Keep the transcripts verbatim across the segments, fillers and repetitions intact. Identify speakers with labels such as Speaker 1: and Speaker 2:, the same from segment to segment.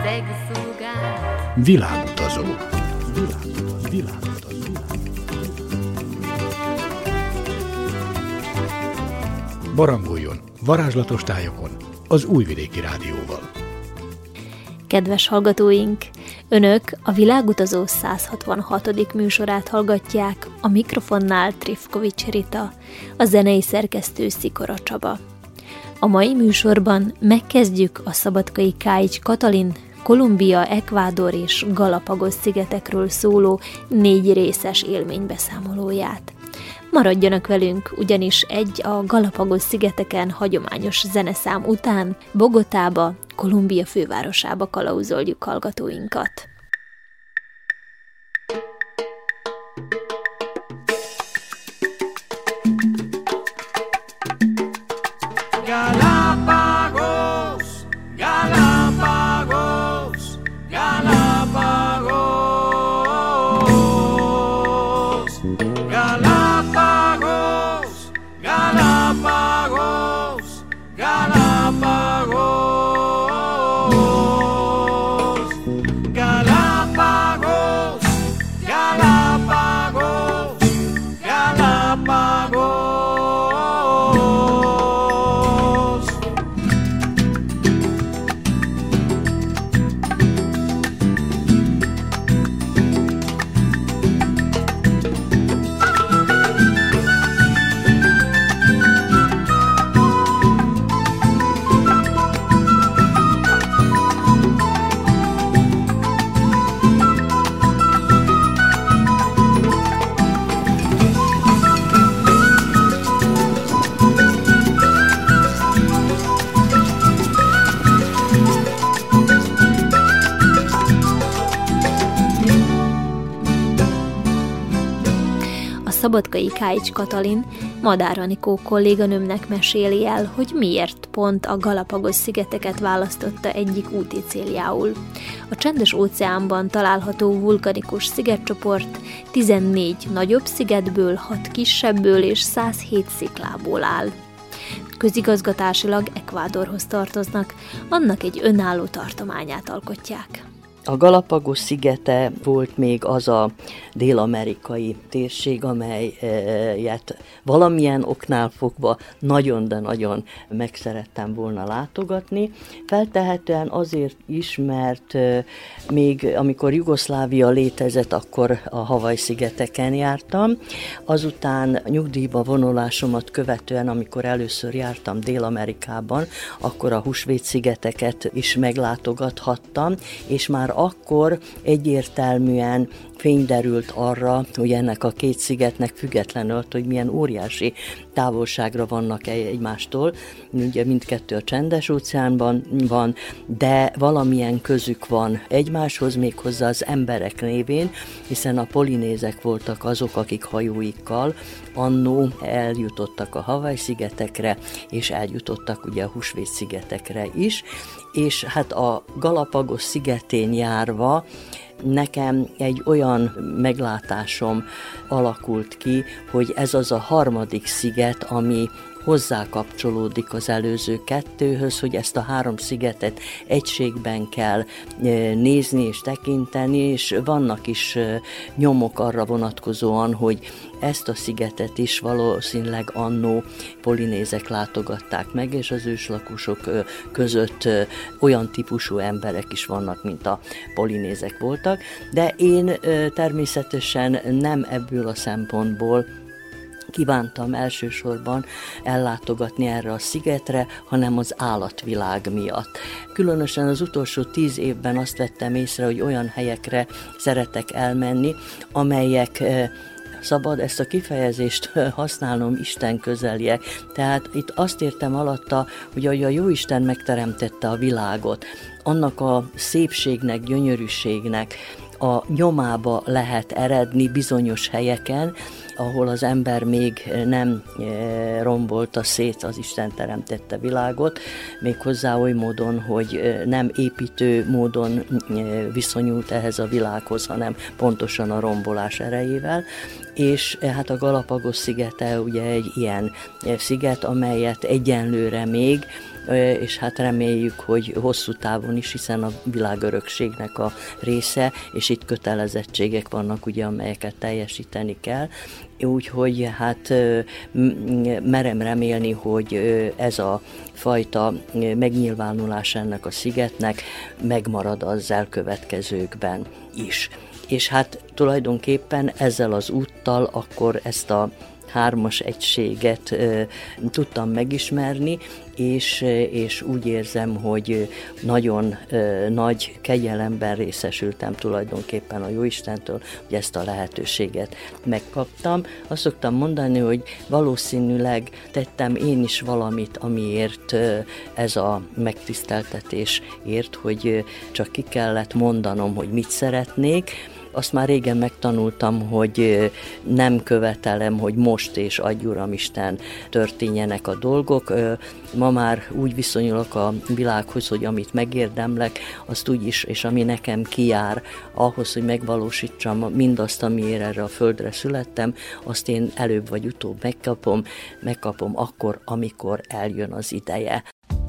Speaker 1: Világutazó. Világutazó. Világutazó. Barangoljon varázslatos tájokon az Újvidéki Rádióval.
Speaker 2: Kedves hallgatóink! Önök a Világutazó száz hatvanhatodik műsorát hallgatják, a mikrofonnál Trifkovics Rita, a zenei szerkesztő Szikora Csaba. A mai műsorban megkezdjük a szabadkai Káics Katalin, Kolumbia, Ecuador és Galapagos szigetekről szóló négy részes élménybeszámolóját. Maradjanak velünk, ugyanis egy a Galapagos szigeteken hagyományos zeneszám után Bogotába, Kolumbia fővárosába kalauzoljuk hallgatóinkat.
Speaker 3: Galápagos, Galápagos, Galápagos, Galápagos, Galápagos, Galápagos, Galápagos, Galápagos, Galápagos.
Speaker 2: Szabadkai Káics Katalin Madár Anikó kolléganőmnek meséli el, hogy miért pont a Galapagos szigeteket választotta egyik úti céljául. A Csendes-óceánban található vulkanikus szigetcsoport tizennégy nagyobb szigetből, hat kisebből és száz hét sziklából áll. Közigazgatásilag Ecuadorhoz tartoznak, annak egy önálló tartományát alkotják.
Speaker 4: A Galapagos szigete volt még az a dél-amerikai térség, amelyet valamilyen oknál fogva nagyon, de nagyon megszerettem volna látogatni. Feltehetően azért is, mert még amikor Jugoszlávia létezett, akkor a Havaj-szigeteken jártam. Azután nyugdíjba vonulásomat követően, amikor először jártam Dél-Amerikában, akkor a Húsvét-szigeteket is meglátogathattam, és már akkor egyértelműen fény derült arra, hogy ennek a két szigetnek függetlenül, hogy milyen óriási távolságra vannak egymástól. Ugye mindkettő a Csendes-óceánban van, de valamilyen közük van egymáshoz, méghozzá az emberek révén, hiszen a polinézek voltak azok, akik hajóikkal annó eljutottak a Havaj-szigetekre, és eljutottak ugye a Húsvét-szigetekre is, és hát a Galapagos szigetén járva nekem egy olyan meglátásom alakult ki, hogy ez az a harmadik sziget, ami hozzá kapcsolódik az előző kettőhöz, hogy ezt a három szigetet egységben kell nézni és tekinteni, és vannak is nyomok arra vonatkozóan, hogy ezt a szigetet is valószínűleg annó polinézek látogatták meg, és az őslakosok között olyan típusú emberek is vannak, mint a polinézek voltak, de én természetesen nem ebből a szempontból kívántam elsősorban ellátogatni erre a szigetre, hanem az állatvilág miatt. Különösen az utolsó tíz évben azt vettem észre, hogy olyan helyekre szeretek elmenni, amelyek szabad ezt a kifejezést használnom, Isten közeliek. Tehát itt azt értem alatta, hogy a Jóisten megteremtette a világot, annak a szépségnek, gyönyörűségnek a nyomába lehet eredni bizonyos helyeken, ahol az ember még nem rombolta szét az Isten teremtette világot, méghozzá oly módon, hogy nem építő módon viszonyult ehhez a világhoz, hanem pontosan a rombolás erejével, és hát a Galapagos szigete ugye egy ilyen sziget, amelyet egyenlőre még, és hát reméljük, hogy hosszú távon is, hiszen a világörökségnek a része, és itt kötelezettségek vannak, ugye, amelyeket teljesíteni kell. Úgyhogy hát merem remélni, hogy ez a fajta megnyilvánulás ennek a szigetnek megmarad az elkövetkezőkben is. És hát tulajdonképpen ezzel az úttal akkor ezt a hármas egységet ö, tudtam megismerni, és, és úgy érzem, hogy nagyon ö, nagy kegyelemben részesültem tulajdonképpen a Jóistentől, hogy ezt a lehetőséget megkaptam. Azt szoktam mondani, hogy valószínűleg tettem én is valamit, amiért ö, ez a megtiszteltetés ért, hogy ö, csak ki kellett mondanom, hogy mit szeretnék. Azt már régen megtanultam, hogy nem követelem, hogy most és adj Uramisten történjenek a dolgok. Ma már úgy viszonyulok a világhoz, hogy amit megérdemlek, azt úgy is, és ami nekem kijár ahhoz, hogy megvalósítsam mindazt, amiért erre a földre születtem, azt én előbb vagy utóbb megkapom, megkapom akkor, amikor eljön az ideje.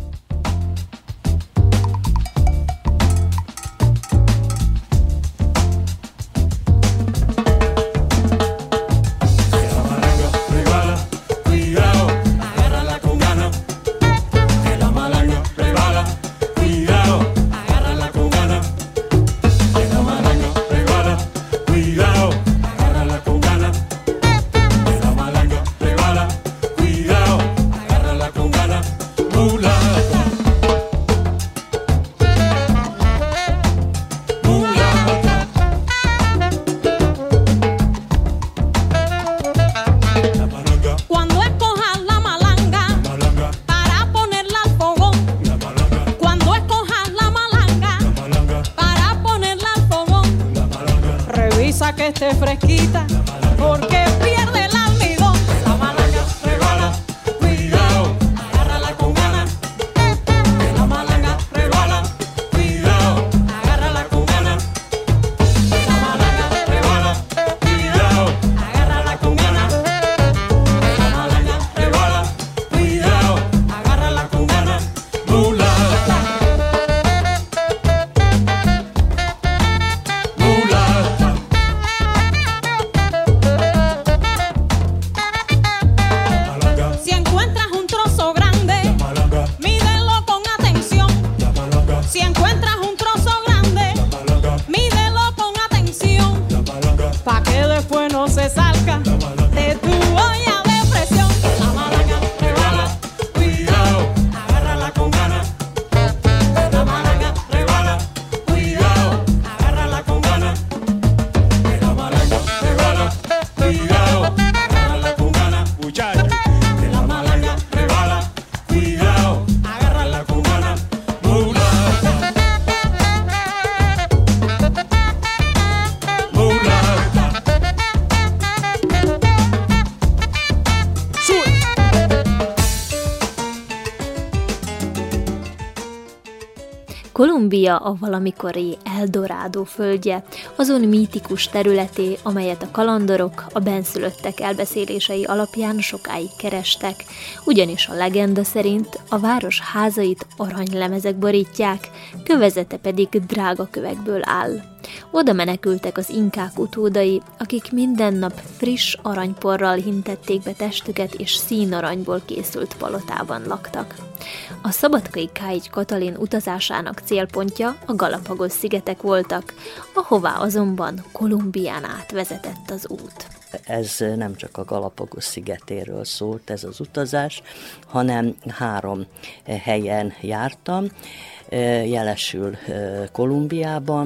Speaker 2: Kolumbia a valamikori Eldorádó földje, azon mítikus területé, amelyet a kalandorok a bennszülöttek elbeszélései alapján sokáig kerestek, ugyanis a legenda szerint a város házait aranylemezek borítják, kövezete pedig drága kövekből áll. Oda menekültek az inkák utódai, akik minden nap friss aranyporral hintették be testüket, és színaranyból készült palotában laktak. A szabadkai Káigy Katalin utazásának célpontja a Galapagos-szigetek voltak, ahová azonban Kolumbián át vezetett az út.
Speaker 4: Ez nem csak a Galapagos szigetéről szólt ez az utazás, hanem három helyen jártam, jelesül Kolumbiában,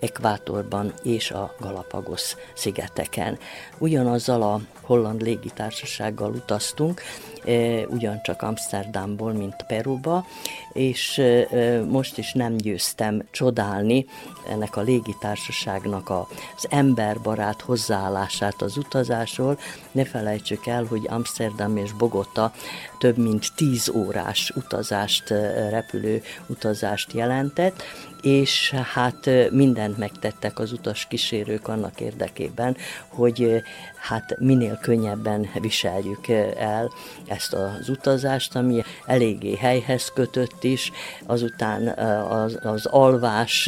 Speaker 4: Ekvátorban és a Galapagos szigeteken. Ugyanazzal a holland légitársasággal utaztunk, ugyancsak Amsterdamból, mint Peruba, és most is nem győztem csodálni ennek a légitársaságnak az emberbarát hozzáállását az utazásról. Ne felejtsük el, hogy Amsterdam és Bogota több mint tíz órás utazást, repülő utazást jelentett, és hát mindent megtettek az utas kísérők annak érdekében, hogy hát minél könnyebben viseljük el ezt az utazást, ami eléggé helyhez kötött is, azután az, az alvás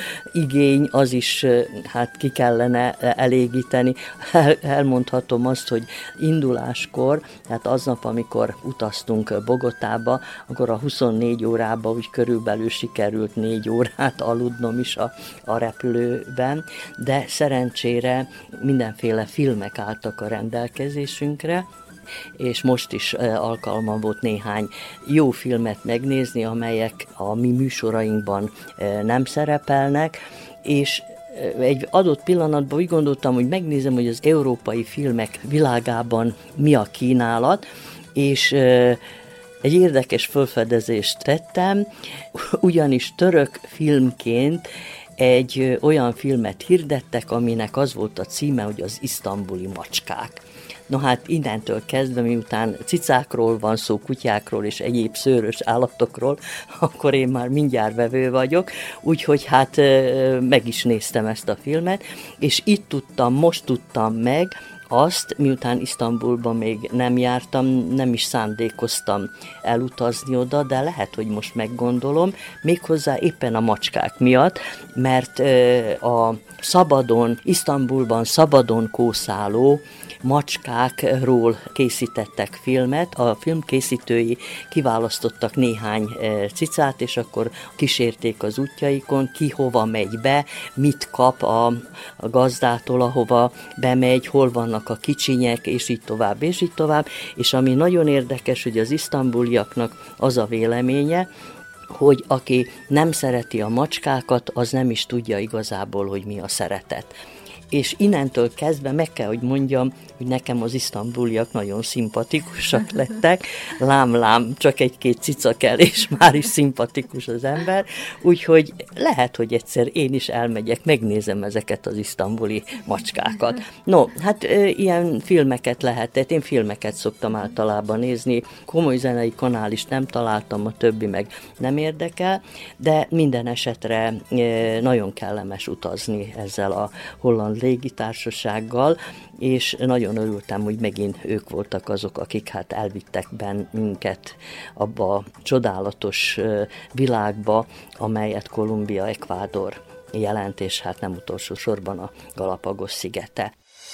Speaker 4: igény, az is hát ki kellene elégíteni. El, elmondhatom azt, hogy induláskor, tehát aznap, amikor utaztunk Bogotába, akkor a huszonnégy órába úgy körülbelül sikerült négy órát aludnom is a, a repülőben, de szerencsére mindenféle filmek álltak a rendelkezésünkre, és most is alkalmam volt néhány jó filmet megnézni, amelyek a mi műsorainkban nem szerepelnek, és egy adott pillanatban úgy gondoltam, hogy megnézem, hogy az európai filmek világában mi a kínálat, és egy érdekes felfedezést tettem, ugyanis török filmként egy olyan filmet hirdettek, aminek az volt a címe, hogy az isztambuli macskák. No hát innentől kezdve, miután cicákról van szó, kutyákról és egyéb szőrös állatokról, akkor én már mindjárt vevő vagyok, úgyhogy hát meg is néztem ezt a filmet, és itt tudtam, most tudtam meg azt, miután Isztambulban még nem jártam, nem is szándékoztam elutazni oda, de lehet, hogy most meggondolom, méghozzá éppen a macskák miatt, mert a szabadon, Isztambulban szabadon kószáló macskákról készítettek filmet, a filmkészítői kiválasztottak néhány cicát, és akkor kísérték az útjaikon, ki hova megy be, mit kap a, a gazdától, ahova bemegy, hol vannak a kicsinyek, és így tovább, és így tovább, és ami nagyon érdekes, hogy az isztambuliaknak az a véleménye, hogy aki nem szereti a macskákat, az nem is tudja igazából, hogy mi a szeretet. És innentől kezdve meg kell, hogy mondjam, hogy nekem az isztambuliak nagyon szimpatikusak lettek. Lám-lám, csak egy-két cica kell, és már is szimpatikus az ember. Úgyhogy lehet, hogy egyszer én is elmegyek, megnézem ezeket az isztambuli macskákat. No, hát e, ilyen filmeket lehetett. Én filmeket szoktam általában nézni. Komoly zenei kanál is nem találtam, a többi meg nem érdekel, de minden esetre e, nagyon kellemes utazni ezzel a holland légitársasággal, és nagyon örültem, hogy megint ők voltak azok, akik hát elvittek bennünket abba a csodálatos világba, amelyet Kolumbia, Ekvádor jelent, és hát nem utolsó sorban a Galapagos szigete.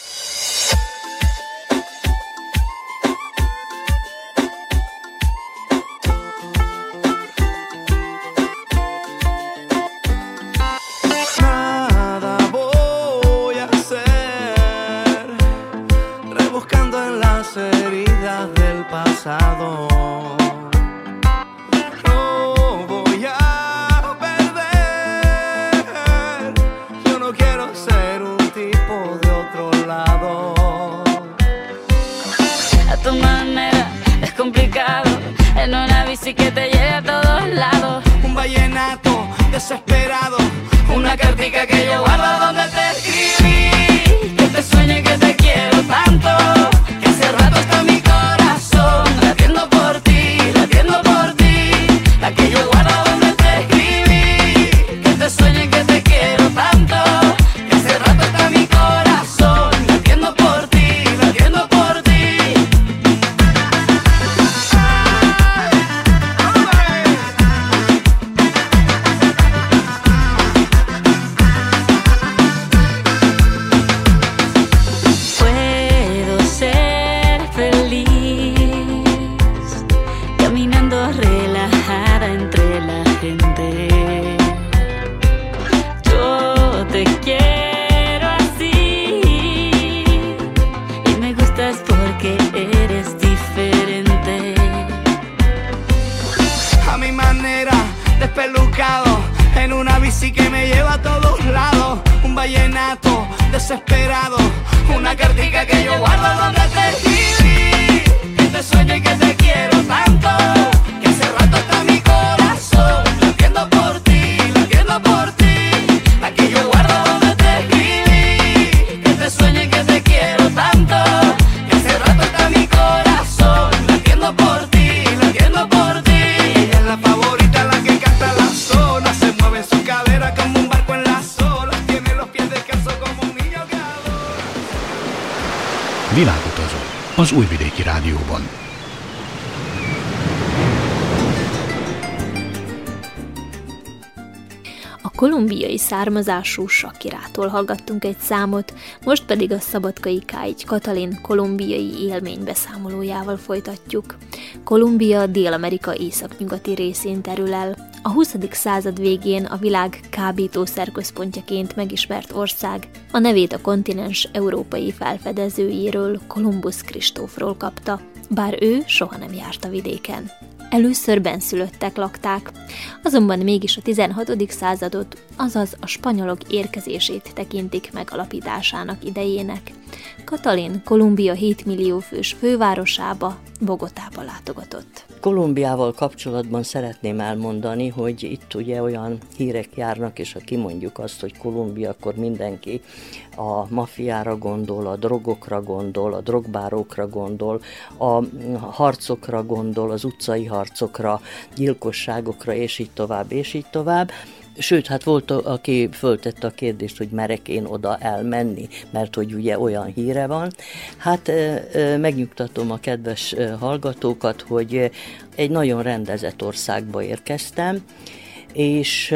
Speaker 3: Pasado. No voy a perder. Yo no quiero ser un tipo de otro lado.
Speaker 5: A tu manera es complicado. En una bici que te lleve a todos lados.
Speaker 3: Un vallenato desesperado. Una cartica que yo guardo donde te escribí. Que te sueño y que te quiero tanto. Que hace rato está mi corazón latiendo por ti, latiendo por ti. La que yo guardo donde te escribí. Que te sueño y que te quiero tanto. Que hace rato está mi corazón latiendo por ti, latiendo por ti. vallenato desesperado, una cartica que yo guardo donde te escribí, que te sueño y que te quiero tanto, que hace rato está mi corazón latiendo por ti, latiendo por ti, la que yo guardo donde te escribí, que te sueño y que te quiero tanto, que hace rato está mi corazón latiendo por ti, latiendo por ti. Ella es la favorita, la que canta la zona, se mueve en su cadera como un barco en las olas, tiene los pies descalzos como un niño que adora.
Speaker 1: Világutazó az Újvidéki Rádióban.
Speaker 2: A kolumbiai származású Shakirától hallgattunk egy számot, most pedig a szabadkai ká egy Katalin kolumbiai élménybeszámolójával folytatjuk. Kolumbia Dél-Amerika északnyugati részén terül el. A huszadik század végén a világ kábítószerközpontjaként megismert ország a nevét a kontinens európai felfedezőjéről, Kolumbusz Kristófról kapta, bár ő soha nem járt a vidéken. Először bennszülöttek lakták, azonban mégis a tizenhatodik századot, azaz a spanyolok érkezését tekintik megalapításának idejének. Katalin Kolumbia hét millió fős fővárosába, Bogotába látogatott.
Speaker 4: Kolumbiával kapcsolatban szeretném elmondani, hogy itt ugye olyan hírek járnak, és ha kimondjuk azt, hogy Kolumbia, akkor mindenki a mafiára gondol, a drogokra gondol, a drogbárókra gondol, a harcokra gondol, az utcai harcokra, gyilkosságokra, és így tovább, és így tovább. Sőt, hát volt, aki föltette a kérdést, hogy merek én oda elmenni, mert hogy ugye olyan híre van. Hát megnyugtatom a kedves hallgatókat, hogy egy nagyon rendezett országba érkeztem, és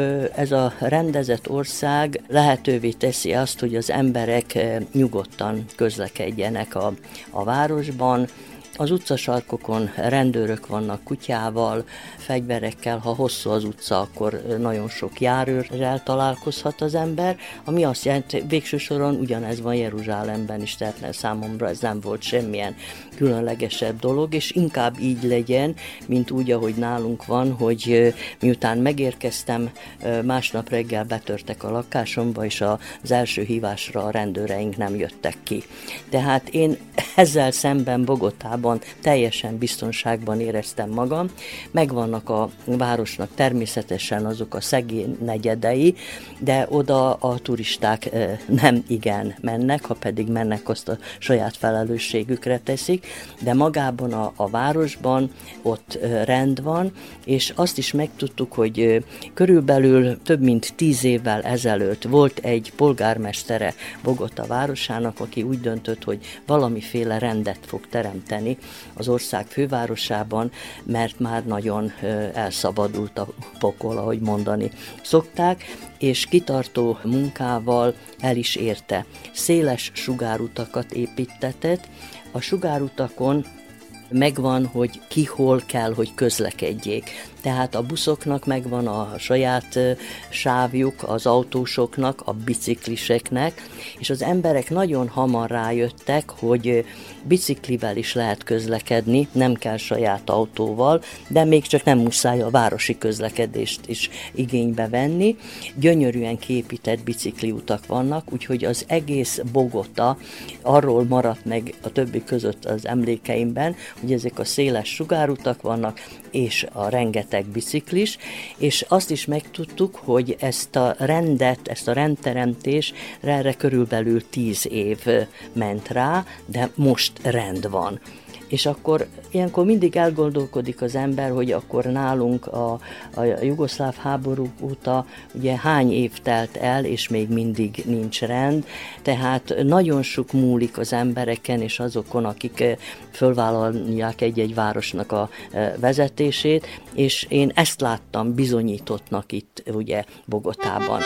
Speaker 4: ez a rendezett ország lehetővé teszi azt, hogy az emberek nyugodtan közlekedjenek a, a városban. Az utcasarkokon rendőrök vannak kutyával, fegyverekkel, ha hosszú az utca, akkor nagyon sok járőrrel találkozhat az ember, ami azt jelenti, végső soron ugyanez van Jeruzsálemben is, tehát számomra ez nem volt semmilyen különlegesebb dolog, és inkább így legyen, mint úgy, ahogy nálunk van, hogy miután megérkeztem, másnap reggel betörtek a lakásomba, és az első hívásra a rendőreink nem jöttek ki. Tehát én ezzel szemben Bogotában teljesen biztonságban éreztem magam. Megvannak a városnak természetesen azok a szegény negyedei, de oda a turisták nem igen mennek, ha pedig mennek, azt a saját felelősségükre teszik, de magában a, a városban ott rend van, és azt is megtudtuk, hogy körülbelül több mint tíz évvel ezelőtt volt egy polgármestere Bogota városának, aki úgy döntött, hogy valamiféle rendet fog teremteni az ország fővárosában, mert már nagyon elszabadult a pokol, ahogy mondani szokták, és kitartó munkával el is érte. Széles sugárutakat építtetett, a sugárutakon megvan, hogy ki hol kell, hogy közlekedjék. Tehát a buszoknak megvan a saját sávjuk, az autósoknak, a bicikliseknek, és az emberek nagyon hamar rájöttek, hogy biciklivel is lehet közlekedni, nem kell saját autóval, de még csak nem muszáj a városi közlekedést is igénybe venni. Gyönyörűen kiépített bicikliutak vannak, úgyhogy az egész Bogota arról maradt meg a többi között az emlékeimben, hogy ezek a széles sugárutak vannak, és a rengeteg biciklis, és azt is megtudtuk, hogy ezt a rendet, ezt a rendteremtés erre körülbelül tíz év ment rá, de most rend van. És akkor ilyenkor mindig elgondolkodik az ember, hogy akkor nálunk a, a jugoszláv háború óta ugye hány év telt el, és még mindig nincs rend, tehát nagyon sok múlik az embereken és azokon, akik fölvállalják egy-egy városnak a vezetését, és én ezt láttam bizonyítottnak itt ugye Bogotában.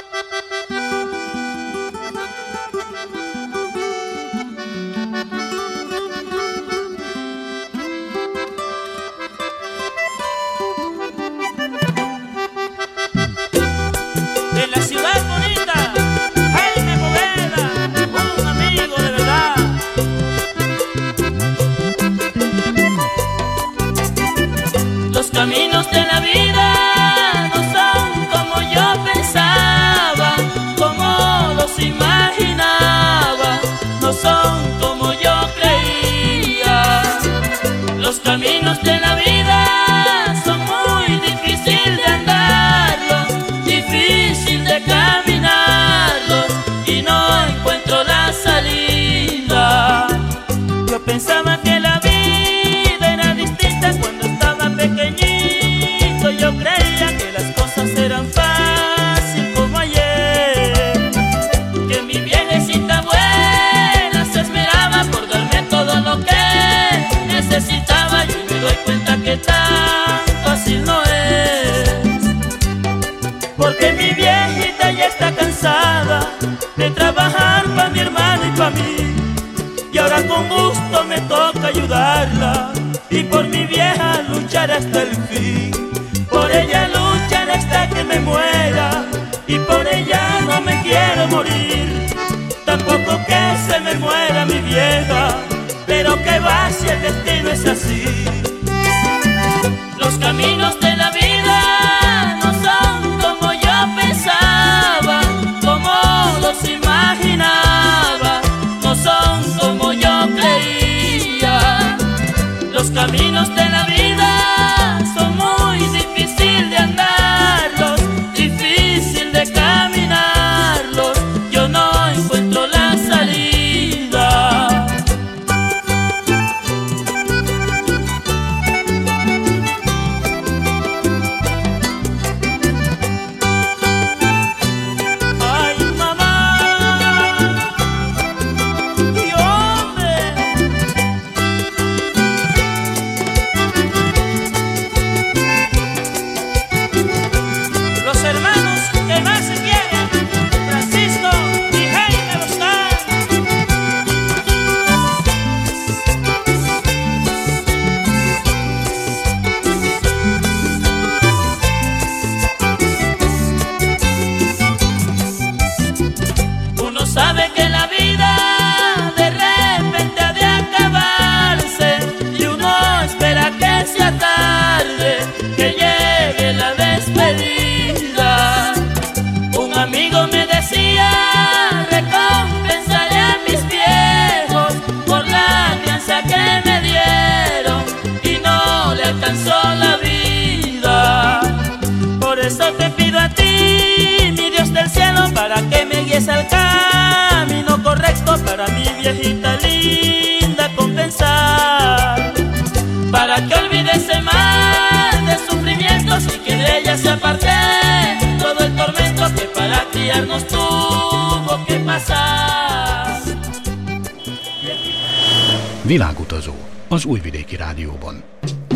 Speaker 5: Caminos de la vida no son como yo pensaba. doy cuenta que tan fácil no es, porque mi viejita ya está cansada de trabajar pa' mi hermano y pa' mí, y ahora con gusto me toca ayudarla y por mi vieja luchar hasta el fin. Por ella lucharé hasta que me muera y por ella no me quiero morir. Tampoco que se me muera mi vieja, pero que va si el destino es así. Los caminos de la vida no son como yo pensaba, como los imaginaba, no son como yo creía. Los caminos de la vida son muy difíciles de andarlos, difícil de caminarlos. Yo no encuentro la salida. Ay, mamá, y hombre, los hermanos que más se quieren, Francisco y Jaime Boscán. Uno sabe que la vida de repente ha de acabarse y uno espera que sea tarde, que llegue la despedida. Un amigo me decía, recompensaré a mis viejos por la crianza que me dieron y no le alcanzó la vida. Por eso te pido a ti, mi Dios del cielo, para que me guíes al camino correcto para mi viejita linda compensar, para que olvide ese mal de sufrimientos y que de ella se aparte todo el tormento que para criarnos tuvo que pasar.
Speaker 1: Világutazó az Újvidéki Rádióban.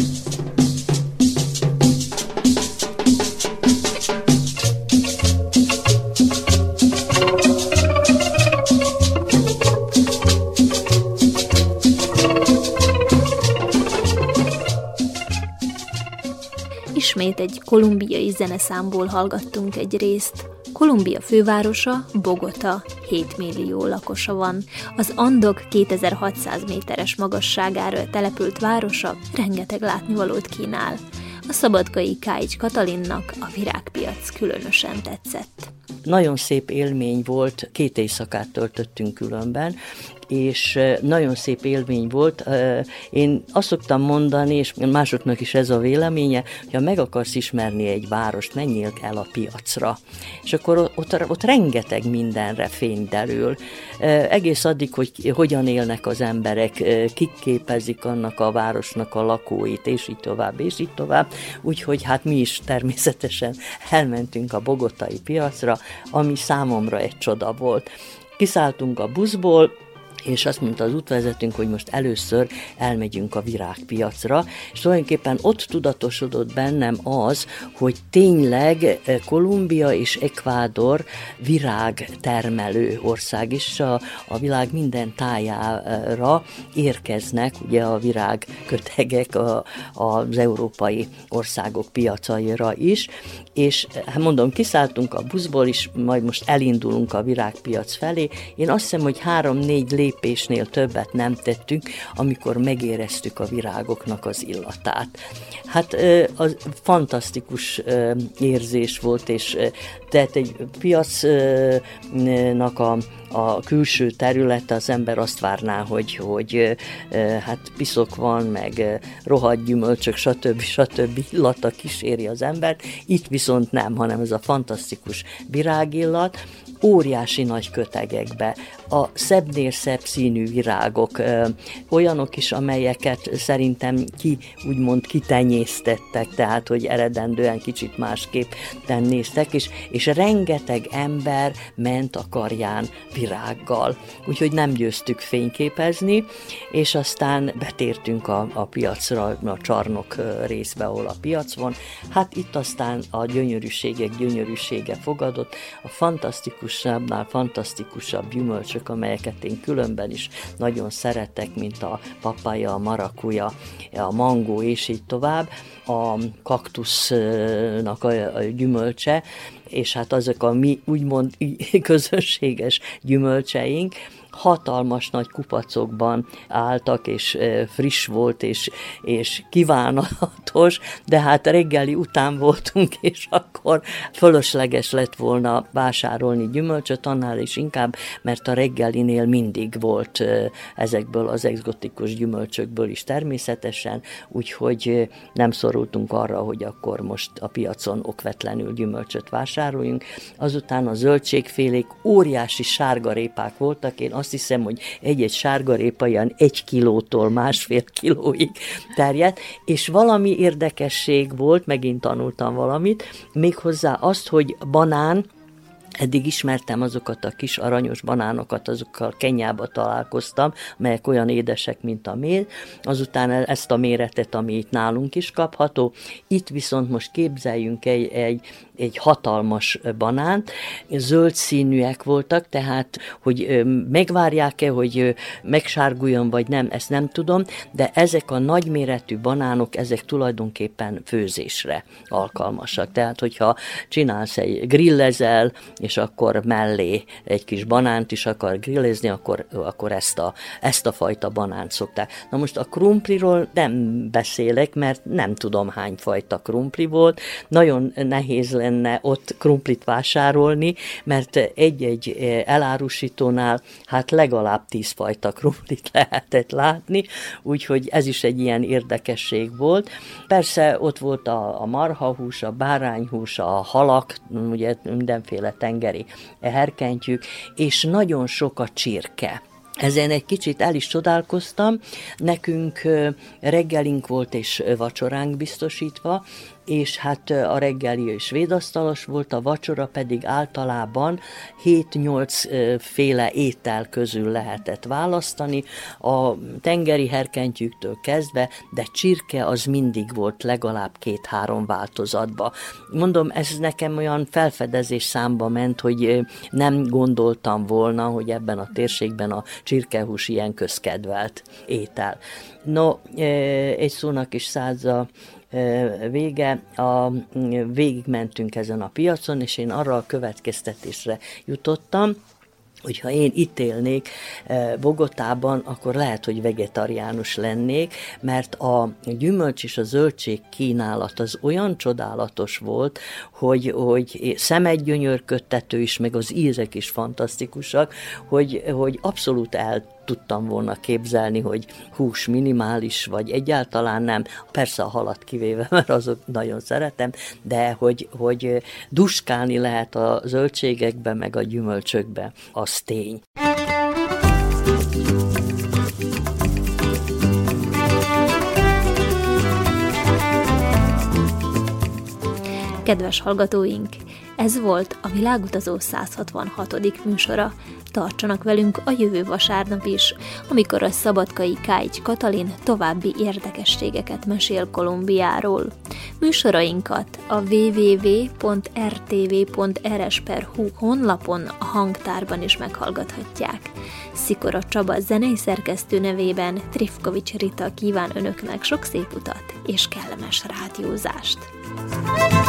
Speaker 2: Ismét egy kolumbiai zeneszámból hallgattunk egy részt. Kolumbia fővárosa, Bogota, hét millió lakosa van. Az Andok kétezer-hatszáz méteres magasságára települt városa rengeteg látnivalót kínál. A szabadkai Káics Katalinnak a virágpiac különösen tetszett.
Speaker 4: Nagyon szép élmény volt, két éjszakát töltöttünk különben, és nagyon szép élmény volt. Én azt szoktam mondani, és másoknak is ez a véleménye, hogy ha meg akarsz ismerni egy várost, menjél el a piacra. És akkor ott, ott rengeteg mindenre fény derül. Egész addig, hogy hogyan élnek az emberek, kik képezik annak a városnak a lakóit, és így tovább, és így tovább. Úgyhogy hát mi is természetesen elmentünk a bogotai piacra, ami számomra egy csoda volt. Kiszálltunk a buszból, és azt mondta az útvezetőnk, hogy most először elmegyünk a virágpiacra, és tulajdonképpen ott tudatosodott bennem az, hogy tényleg Kolumbia és Ecuador virágtermelő ország, és a, a világ minden tájára érkeznek ugye a virágkötegek a, az európai országok piacaira is, és hát mondom, kiszálltunk a buszból is, majd most elindulunk a virágpiac felé. Én azt hiszem, hogy három-négy lépésnél többet nem tettünk, amikor megéreztük a virágoknak az illatát. Hát az fantasztikus érzés volt, és tehát egy piacnak a, a külső területe, az ember azt várná, hogy, hogy hát piszok van, meg rohadt gyümölcsök, stb. stb. Illata kíséri az embert. Itt viszont nem, hanem ez a fantasztikus virágillat, óriási nagy kötegekbe, a szebbnél szebb színű virágok, ö, olyanok is, amelyeket szerintem ki, úgymond kitenyésztettek, tehát, hogy eredendően kicsit másképp néztek, és, és rengeteg ember ment a karján virág virággal, úgyhogy nem győztük fényképezni, és aztán betértünk a, a piacra, a csarnok részbe, ahol a piac van. Hát itt aztán a gyönyörűségek gyönyörűsége fogadott, a fantasztikusabbnál fantasztikusabb gyümölcsök, amelyeket én különben is nagyon szeretek, mint a papája, a marakuja, a mangó, és így tovább, a kaktusznak a, a gyümölcse, és hát azok a mi úgymond közönséges gyümölcseink, hatalmas nagy kupacokban álltak, és friss volt, és, és kívánatos, de hát reggeli után voltunk, és akkor fölösleges lett volna vásárolni gyümölcsöt, annál is inkább, mert a reggelinél mindig volt ezekből az egzotikus gyümölcsökből is természetesen, úgyhogy nem szorultunk arra, hogy akkor most a piacon okvetlenül gyümölcsöt vásároljunk. Azután a zöldségfélék, óriási sárgarépák voltak, én azt Azt hiszem, hogy egy-egy sárgarépa ilyen egy kilótól másfél kilóig terjedt, és valami érdekesség volt, megint tanultam valamit, méghozzá azt, hogy banán, eddig ismertem azokat a kis aranyos banánokat, azokkal Kenyába találkoztam, melyek olyan édesek, mint a méz, azután ezt a méretet, ami itt nálunk is kapható, itt viszont most képzeljünk egy, egy egy hatalmas banánt, zöld színűek voltak, tehát, hogy megvárják-e, hogy megsárguljon, vagy nem, ezt nem tudom, de ezek a nagyméretű banánok, ezek tulajdonképpen főzésre alkalmasak. Tehát, hogyha csinálsz egy grillezel, és akkor mellé egy kis banánt is akar grillezni, akkor, akkor ezt, a, ezt a fajta banánt szokták. Na most a krumpliról nem beszélek, mert nem tudom, hány fajta krumpli volt. Nagyon nehéz lenne ott krumplit vásárolni, mert egy-egy elárusítónál hát legalább tíz fajta krumplit lehetett látni, úgyhogy ez is egy ilyen érdekesség volt. Persze ott volt a, a marhahús, a bárányhús, a halak, ugye mindenféle tengeri herkentyűk, és nagyon sok a csirke. Ezen egy kicsit el is csodálkoztam, nekünk reggelink volt és vacsoránk biztosítva, és hát a reggeli svédasztalos volt, a vacsora pedig általában hét-nyolc féle étel közül lehetett választani, a tengeri herkentyűktől kezdve, de csirke az mindig volt legalább két-három változatba. Mondom, ez nekem olyan felfedezés számba ment, hogy nem gondoltam volna, hogy ebben a térségben a csirkehús ilyen közkedvelt étel. No, egy szónak is százza vége, a, végigmentünk ezen a piacon, és én arra a következtetésre jutottam, hogyha én itt élnék Bogotában, akkor lehet, hogy vegetariánus lennék, mert a gyümölcs és a zöldség kínálat az olyan csodálatos volt, hogy, hogy szemet gyönyörködtető is, meg az ízek is fantasztikusak, hogy, hogy abszolút el tudtam volna képzelni, hogy hús minimális, vagy egyáltalán nem, persze a halat kivéve, mert azok nagyon szeretem, de hogy, hogy duskálni lehet a zöldségekbe, meg a gyümölcsökbe, az tény.
Speaker 2: Kedves hallgatóink, ez volt a Világutazó száz hatvanhatodik műsora. Tartsanak velünk a jövő vasárnap is, amikor a szabadkai Káics Katalin további érdekességeket mesél Kolumbiáról. Műsorainkat a double-u double-u double-u pont r t v pont r s pont h u honlapon a hangtárban is meghallgathatják. Szikora Csaba zenei szerkesztő nevében Trifkovics Rita kíván önöknek sok szép utat és kellemes rádiózást.